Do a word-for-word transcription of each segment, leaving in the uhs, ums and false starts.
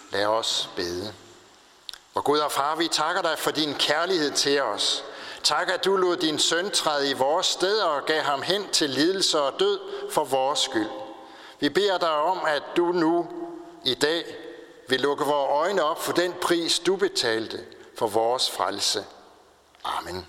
Lad os bede. Vor Gud og Far, vi takker dig for din kærlighed til os. Tak, at du lod din søn træde i vores sted og gav ham hen til lidelse og død for vores skyld. Vi beder dig om, at du nu i dag vil lukke vores øjne op for den pris, du betalte for vores frelse. Amen.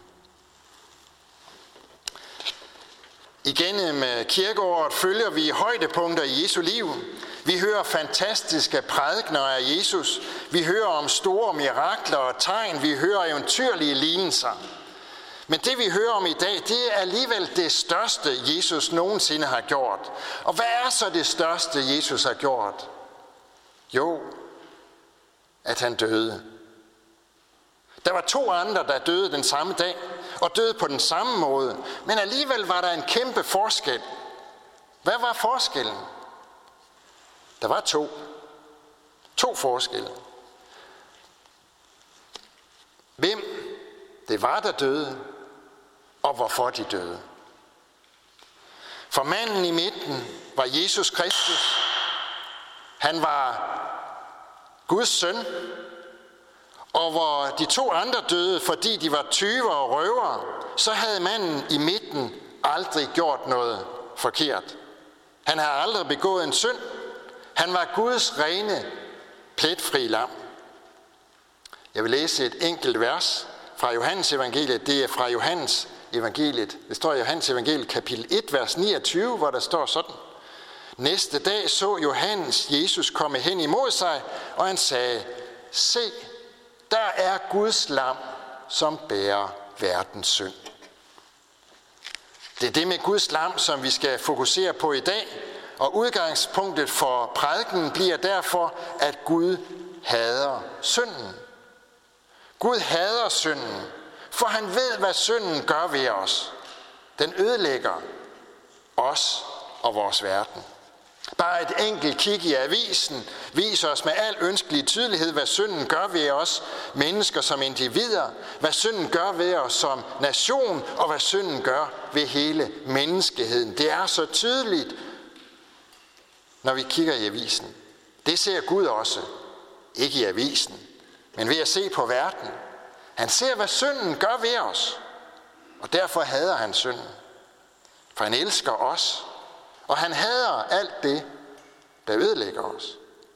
Igennem kirkeåret følger vi højdepunkter i Jesu liv. Vi hører fantastiske prædikener af Jesus. Vi hører om store mirakler og tegn. Vi hører eventyrlige lignelser. Men det vi hører om i dag, det er alligevel det største, Jesus nogensinde har gjort. Og hvad er så det største, Jesus har gjort? Jo, at han døde. Der var to andre, der døde den samme dag, og døde på den samme måde. Men alligevel var der en kæmpe forskel. Hvad var forskellen? Der var to. To forskelle. Hvem det var, der døde, og hvorfor de døde. For manden i midten var Jesus Kristus. Han var Guds søn. Og hvor de to andre døde, fordi de var tyve og røvere, så havde manden i midten aldrig gjort noget forkert. Han havde aldrig begået en synd. Han var Guds rene, pletfri lam. Jeg vil læse et enkelt vers fra Johannes evangeliet. Det er fra Johannes evangeliet. Det står i Johannes evangeliet kapitel et, vers niogtyve, hvor der står sådan. Næste dag så Johannes Jesus komme hen imod sig, og han sagde, se, der er Guds lam, som bærer verdens synd. Det er det med Guds lam, som vi skal fokusere på i dag, og udgangspunktet for prædiken bliver derfor, at Gud hader synden. Gud hader synden, for han ved, hvad synden gør ved os. Den ødelægger os og vores verden. Bare et enkelt kig i avisen viser os med al ønskelig tydelighed, hvad synden gør ved os mennesker som individer, hvad synden gør ved os som nation, og hvad synden gør ved hele menneskeheden. Det er så tydeligt, når vi kigger i avisen. Det ser Gud også, ikke i avisen, men ved at se på verden. Han ser, hvad synden gør ved os, og derfor hader han synden. For han elsker os, og han hader alt det, der ødelægger os.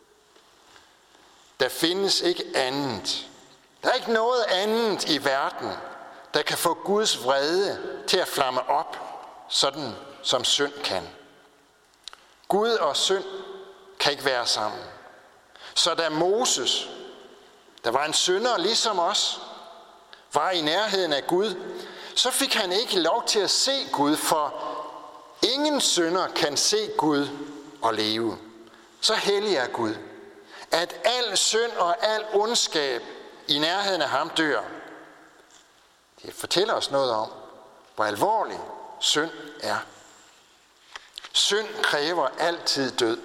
Der findes ikke andet. Der er ikke noget andet i verden, der kan få Guds vrede til at flamme op, sådan som synd kan. Gud og synd kan ikke være sammen. Så da Moses, der var en synder ligesom os, var i nærheden af Gud, så fik han ikke lov til at se Gud, for ingen synder kan se Gud og leve. Så hellig er Gud, at al synd og al ondskab i nærheden af ham dør. Det fortæller os noget om, hvor alvorlig synd er. Synd kræver altid død.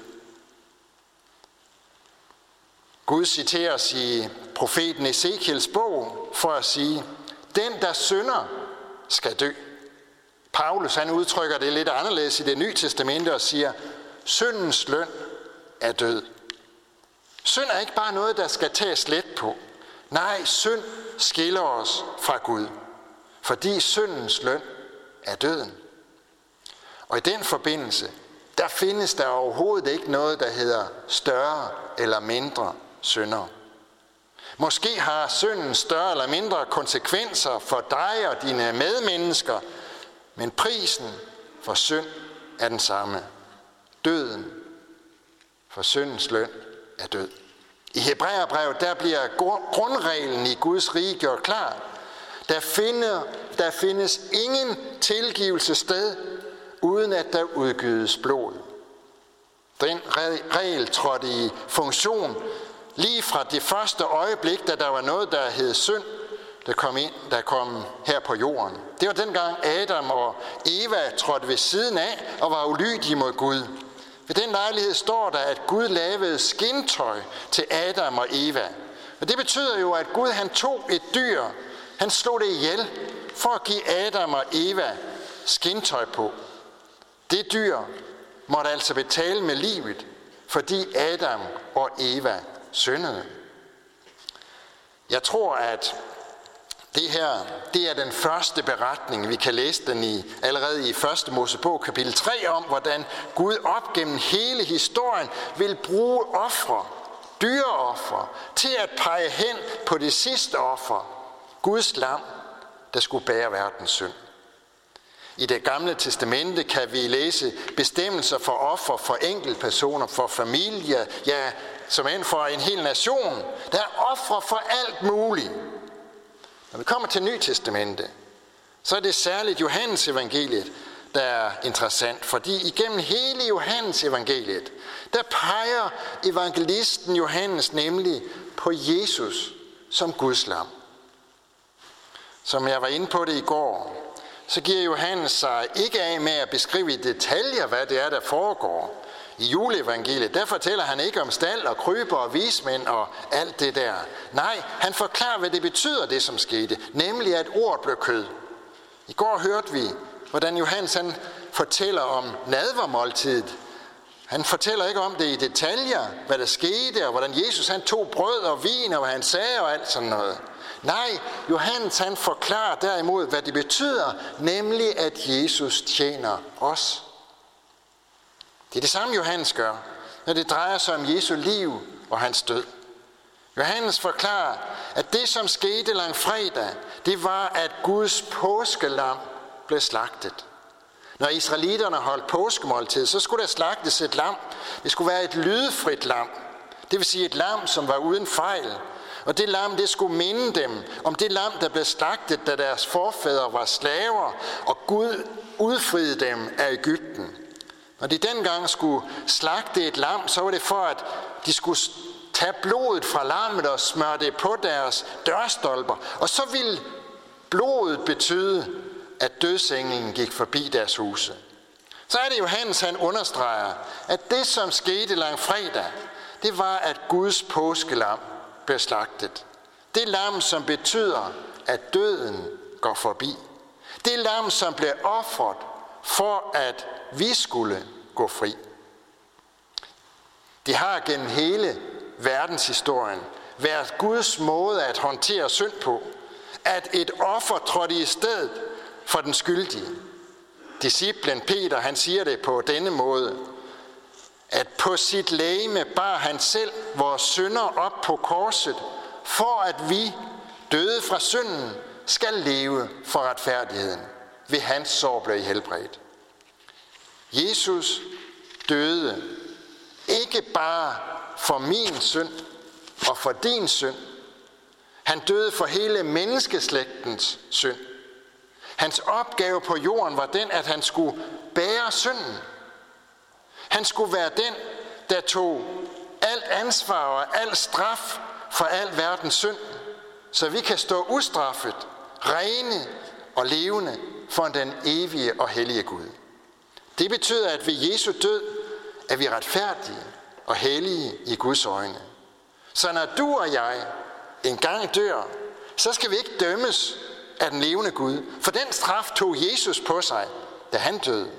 Gud citeres i profeten Ezekiels bog for at sige, den der synder skal dø. Paulus han udtrykker det lidt anderledes i Det Nye Testamente og siger, syndens løn er død. Synd er ikke bare noget, der skal tages let på. Nej, synd skiller os fra Gud, fordi syndens løn er døden. Og i den forbindelse, der findes der overhovedet ikke noget, der hedder større eller mindre synder. Måske har synden større eller mindre konsekvenser for dig og dine medmennesker, men prisen for synd er den samme. Døden for syndens løn er død. I Hebræerbrevet der bliver grundreglen i Guds rige gjort klar. Der, finder, der findes ingen tilgivelse sted, uden at der udgydes blod. Den regel trådte i funktion lige fra det første øjeblik, da der var noget, der hed synd, der kom ind, der kom her på jorden. Det var dengang Adam og Eva trådte ved siden af og var ulydige mod Gud. Ved den lejlighed står der, at Gud lavede skintøj til Adam og Eva. Og det betyder jo, at Gud han tog et dyr, han slog det ihjel for at give Adam og Eva skintøj på. Det dyr måtte altså betale med livet, fordi Adam og Eva syndede. Jeg tror, at det her, det er den første beretning, vi kan læse den i allerede i første Mosebog kapitel tre om, hvordan Gud op gennem hele historien vil bruge ofre, dyreofre, til at pege hen på det sidste offer, Guds lam, der skulle bære verdens synd. I Det Gamle Testamente kan vi læse bestemmelser for offer for enkeltpersoner, for familier, ja, som end for en hel nation. Der er ofre for alt muligt. Når vi kommer til Nye Testamente, så er det særligt Johannes evangeliet, der er interessant, fordi igennem hele Johannes evangeliet, der peger evangelisten Johannes nemlig på Jesus som Guds lam. Som jeg var inde på det i går, så giver Johannes sig ikke af med at beskrive i detaljer, hvad det er, der foregår. I juleevangeliet, der fortæller han ikke om stald og kryber og vismænd og alt det der. Nej, han forklarer, hvad det betyder, det som skete, nemlig at ordet blev kød. I går hørte vi, hvordan Johannes han fortæller om nadvermåltidet. Han fortæller ikke om det i detaljer, hvad der skete, og hvordan Jesus han tog brød og vin, og hvad han sagde og alt sådan noget. Nej, Johannes han forklarer derimod, hvad det betyder, nemlig at Jesus tjener os. Det er det samme, Johannes gør, når det drejer sig om Jesu liv og hans død. Johannes forklarer, at det, som skete langfredag, det var, at Guds påskelam blev slagtet. Når israelitterne holdt påskemåltid, så skulle der slagtes et lam. Det skulle være et lydefrit lam. Det vil sige et lam, som var uden fejl. Og det lam, det skulle minde dem om det lam, der blev slagtet, da deres forfædre var slaver, og Gud udfriede dem af Egypten. Når de dengang skulle slagte et lam, så var det for, at de skulle tage blodet fra lammet og smøre det på deres dørstolper. Og så ville blodet betyde, at dødsenglen gik forbi deres huse. Så er det Johannes, han understreger, at det, som skete langfredag, det var, at Guds påskelam blev slagtet. Det lam, som betyder, at døden går forbi. Det lam, som blev ofret for, at vi skulle gå fri. Det har gennem hele verdenshistorien været Guds måde at håndtere synd på, at et offer trådte i stedet for den skyldige. Disciplen Peter, han siger det på denne måde, at på sit legeme bar han selv vores synder op på korset, for at vi, døde fra synden, skal leve for retfærdigheden. Ved hans sår blev I helbredt. Jesus døde ikke bare for min synd og for din synd. Han døde for hele menneskeslægtens synd. Hans opgave på jorden var den, at han skulle bære synden. Han skulle være den, der tog alt ansvar og al straf for al verdens synd, så vi kan stå ustraffet, rene og levende for den evige og hellige Gud. Det betyder, at ved Jesu død er vi retfærdige og hellige i Guds øjne. Så når du og jeg engang dør, så skal vi ikke dømmes af den levende Gud, for den straf tog Jesus på sig, da han døde.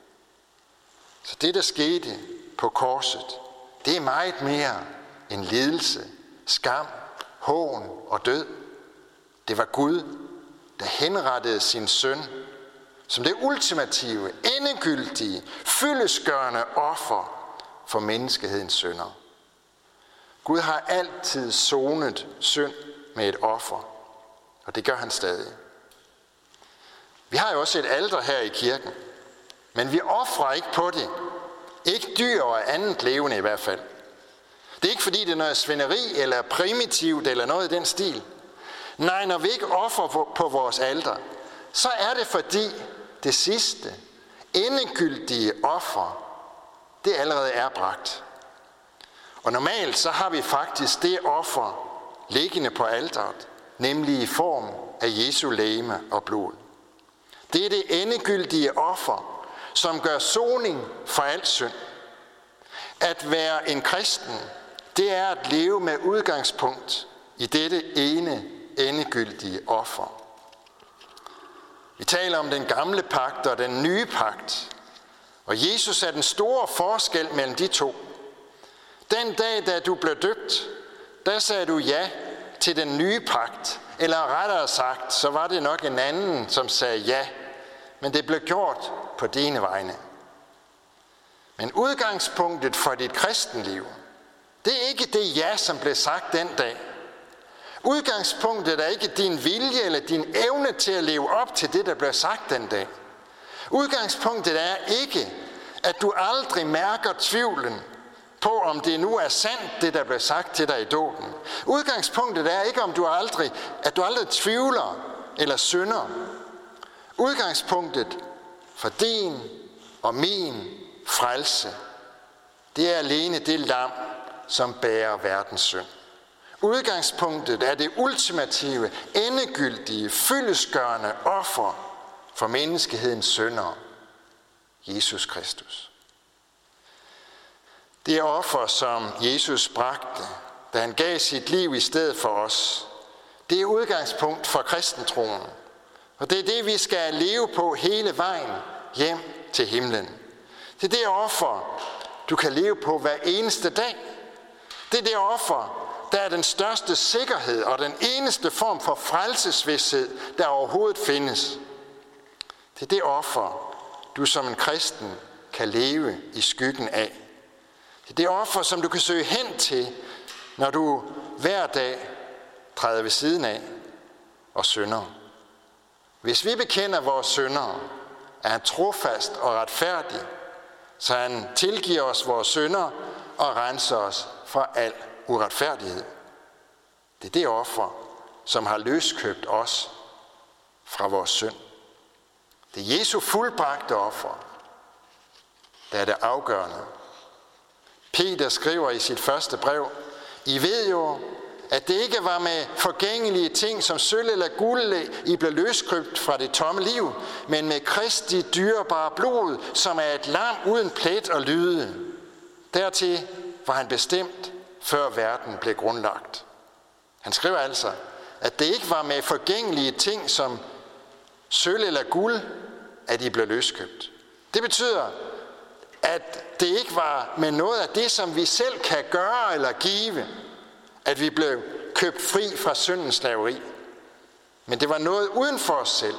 Så det, der skete på korset, det er meget mere end lidelse, skam, hån og død. Det var Gud, der henrettede sin søn som det ultimative, endegyldige, fyldestgørende offer for menneskehedens synder. Gud har altid sonet synd med et offer, og det gør han stadig. Vi har jo også et alter her i kirken, men vi ofrer ikke på det. Ikke dyr og andet levende i hvert fald. Det er ikke fordi, det er noget svineri eller primitivt eller noget i den stil. Nej, når vi ikke ofrer på vores alter, så er det fordi det sidste, endegyldige offer, det allerede er bragt. Og normalt så har vi faktisk det offer liggende på alteret, nemlig i form af Jesu legeme og blod. Det er det endegyldige offer, som gør soning for al synd. At være en kristen, det er at leve med udgangspunkt i dette ene endegyldige offer. Vi taler om den gamle pagt og den nye pagt, og Jesus er den store forskel mellem de to. Den dag, da du blev døbt, der sagde du ja til den nye pagt. Eller rettere sagt, så var det nok en anden, som sagde ja. Men det blev gjort på dine vegne. Men udgangspunktet for dit kristenliv, det er ikke det ja, som blev sagt den dag. Udgangspunktet er ikke din vilje eller din evne til at leve op til det, der blev sagt den dag. Udgangspunktet er ikke, at du aldrig mærker tvivlen på, om det nu er sandt, det der blev sagt til dig i dåben. Udgangspunktet er ikke, om du aldrig, at du aldrig tvivler eller synder. Udgangspunktet for din og min frelse, det er alene det lam, som bærer verdens synd. Udgangspunktet er det ultimative, endegyldige, fyldestgørende offer for menneskehedens synder, Jesus Kristus. Det offer, som Jesus bragte, da han gav sit liv i stedet for os, det er udgangspunkt for kristentroen. Og det er det, vi skal leve på hele vejen hjem til himlen. Det er det offer, du kan leve på hver eneste dag. Det er det offer, der er den største sikkerhed og den eneste form for frelsesvidshed, der overhovedet findes. Det er det offer, du som en kristen kan leve i skyggen af. Det er det offer, som du kan søge hen til, når du hver dag træder ved siden af og synder. Hvis vi bekender vores synder, er han trofast og retfærdig, så han tilgiver os vores synder og renser os fra al uretfærdighed. Det er det offer, som har løskøbt os fra vores synd. Det er Jesu fuldbragte offer, der er det afgørende. Peter skriver i sit første brev, I ved jo, at det ikke var med forgængelige ting som sølv eller guld, I blev løskøbt fra det tomme liv, men med Kristi dyrebare blod, som er et lam uden plet og lyde. Dertil var han bestemt, før verden blev grundlagt. Han skriver altså, at det ikke var med forgængelige ting som sølv eller guld, at I blev løskøbt. Det betyder, at det ikke var med noget af det, som vi selv kan gøre eller give, at vi blev købt fri fra syndens slaveri. Men det var noget uden for os selv.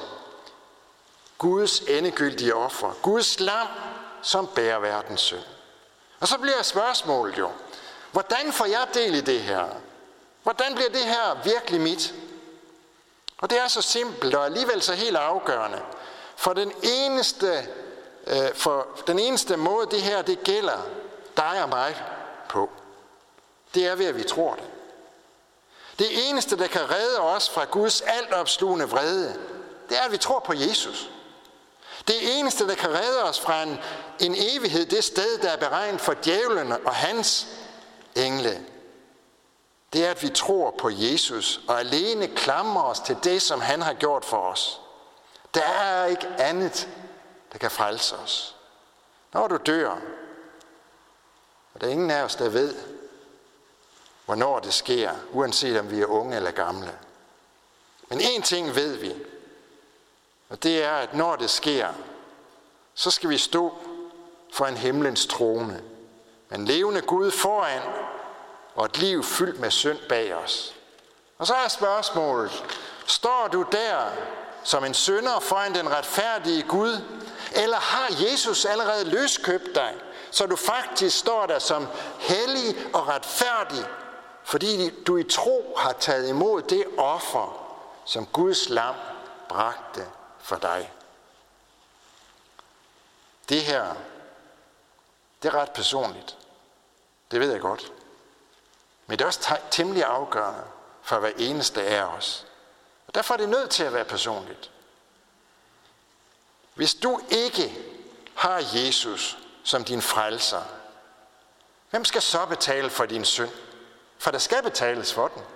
Guds endegyldige offer. Guds lam, som bærer verdens synd. Og så bliver spørgsmålet jo, hvordan får jeg del i det her? Hvordan bliver det her virkelig mit? Og det er så simpelt og alligevel så helt afgørende. For den eneste, øh, for den eneste måde, det her det gælder dig og mig på, det er ved, at vi tror det. Det eneste, der kan redde os fra Guds altopslugende vrede, det er, at vi tror på Jesus. Det eneste, der kan redde os fra en, en evighed, det sted, der er beregnet for djævlen og hans engle, det er, at vi tror på Jesus og alene klamrer os til det, som han har gjort for os. Der er ikke andet, der kan frelse os. Når du dør, og der er ingen af os, der ved, hvornår det sker, uanset om vi er unge eller gamle. Men én ting ved vi, og det er, at når det sker, så skal vi stå for en himlens trone, med en levende Gud foran, og et liv fyldt med synd bag os. Og så er spørgsmålet, står du der som en synder foran den retfærdige Gud, eller har Jesus allerede løskøbt dig, så du faktisk står der som hellig og retfærdig, fordi du i tro har taget imod det offer, som Guds lam bragte for dig. Det her, det er ret personligt. Det ved jeg godt. Men det er også temmelig afgørende for hver eneste af os. Og derfor er det nødt til at være personligt. Hvis du ikke har Jesus som din frelser, hvem skal så betale for din synd? For der skal betales for den.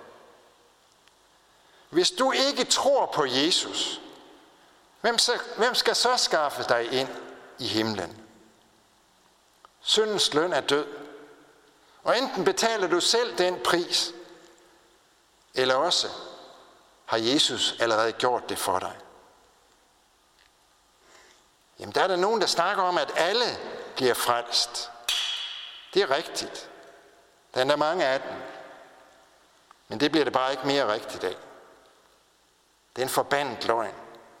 Hvis du ikke tror på Jesus, hvem, så, hvem skal så skaffe dig ind i himlen? Syndens løn er død. Og enten betaler du selv den pris, eller også har Jesus allerede gjort det for dig. Jamen der er der nogen, der snakker om, at alle bliver frelst. Det er rigtigt. Der er der mange af dem. Men det bliver det bare ikke mere rigtigt af. Det er en forbandet løgn.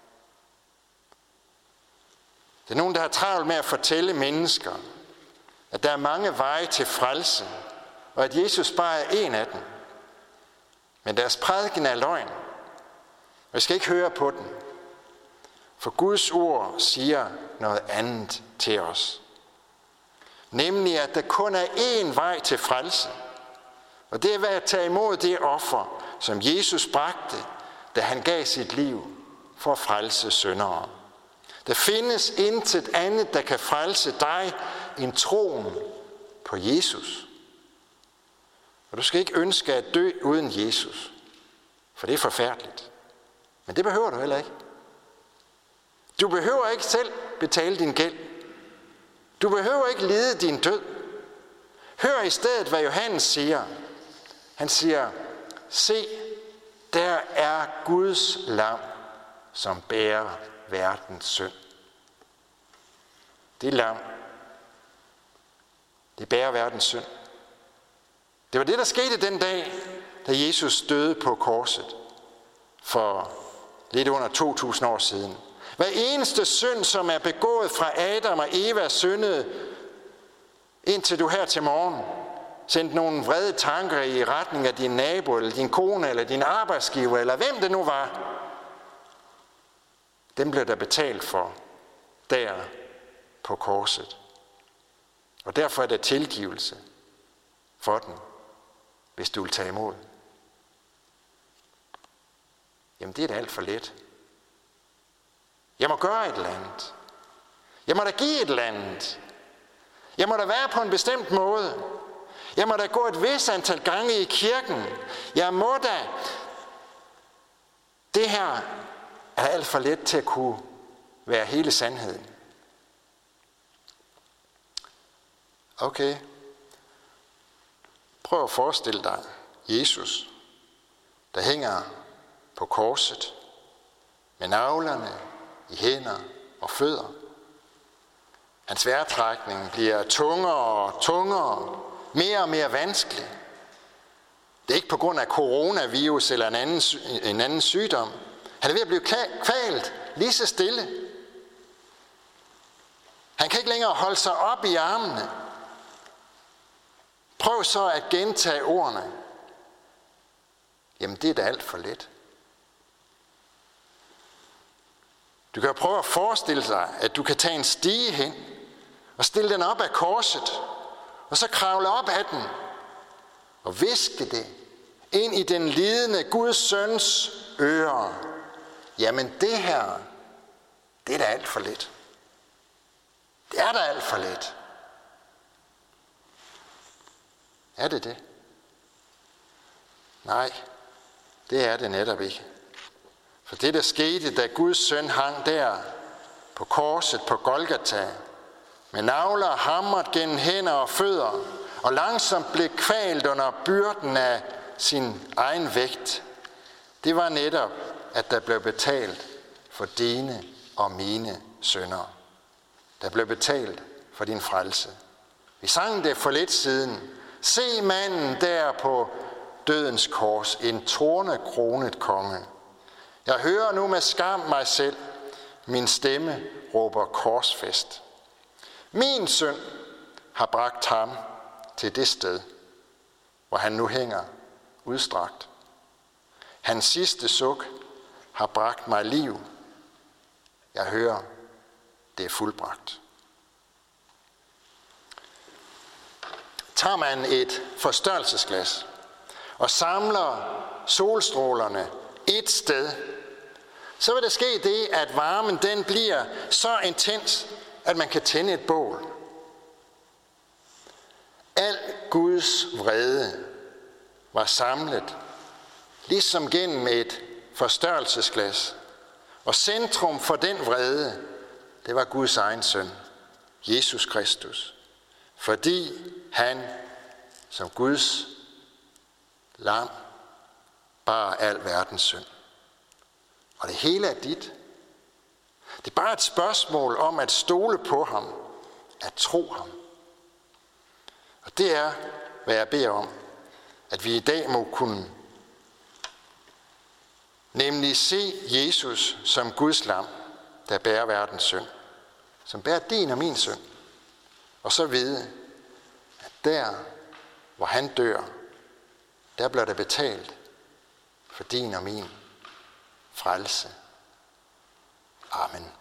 Det er nogen, der har travlt med at fortælle mennesker, at der er mange veje til frelse, og at Jesus bare er en af dem. Men deres prædiken er løgn. Og vi skal ikke høre på den. For Guds ord siger noget andet til os. Nemlig, at der kun er én vej til frelse. Og det er ved at tage imod det offer, som Jesus bragte, da han gav sit liv for at frelse syndere. Der findes intet andet, der kan frelse dig, end troen på Jesus. Og du skal ikke ønske at dø uden Jesus, for det er forfærdeligt. Men det behøver du heller ikke. Du behøver ikke selv betale din gæld. Du behøver ikke lide din død. Hør i stedet, hvad Johannes siger. Han siger, se, der er Guds lam, som bærer verdens synd. Det lam, det bærer verdens synd. Det var det, der skete den dag, da Jesus døde på korset for lidt under to tusind år siden. Hver eneste synd, som er begået fra Adam og Eva syndede, indtil du her til morgen sendte nogle vrede tanker i retning af din nabo, eller din kone, eller din arbejdsgiver, eller hvem det nu var, dem blev der betalt for der på korset. Og derfor er der tilgivelse for den, hvis du vil tage imod. Jamen det er da alt for let. Jeg må gøre et eller andet. Jeg må da give et eller andet. Jeg må da være på en bestemt måde. Jeg må da gå et vis antal gange i kirken. Jeg må da. Det her er alt for let til at kunne være hele sandheden. Okay. Prøv at forestille dig Jesus, der hænger på korset med naglerne i hænder og fødder. Hans vejrtrækning bliver tungere og tungere, mere og mere vanskelig. Det er ikke på grund af coronavirus eller en anden, en anden sygdom. Han er ved at blive kvalt lige så stille. Han kan ikke længere holde sig op i armene. Prøv så at gentage ordene. Jamen det er da alt for let. Du kan prøve at forestille dig, at du kan tage en stige hen og stille den op af korset, og så kravle op ad den og viske det ind i den lidende Guds søns ører. Jamen det her, det er da alt for let. Det er da alt for let. Er det det? Nej, det er det netop ikke. For det, der skete, da Guds søn hang der på korset på Golgata, med nagler hamret gennem hænder og fødder, og langsomt blev kvalt under byrden af sin egen vægt, det var netop, at der blev betalt for dine og mine synder. Der blev betalt for din frelse. Vi sang det for lidt siden. Se manden der på dødens kors, en tornekronet konge. Jeg hører nu med skam mig selv, min stemme råber korsfæst. Min synd har bragt ham til det sted, hvor han nu hænger udstrakt. Hans sidste suk har bragt mig liv. Jeg hører, det er fuldbragt. Tager man et forstørrelsesglas og samler solstrålerne et sted, så vil der ske det, at varmen den bliver så intens, at man kan tænde et bål. Al Guds vrede var samlet, ligesom gennem et forstørrelsesglas. Og centrum for den vrede, det var Guds egen søn, Jesus Kristus. Fordi han som Guds lam bar al verdens synd. Og det hele er dit. Det er bare et spørgsmål om at stole på ham, at tro ham. Og det er, hvad jeg beder om, at vi i dag må kunne Nemlig se Jesus som Guds lam, der bærer verdens synd. Som bærer din og min synd. Og så vide, at der, hvor han dør, der bliver der betalt for din og min frelse. Amen.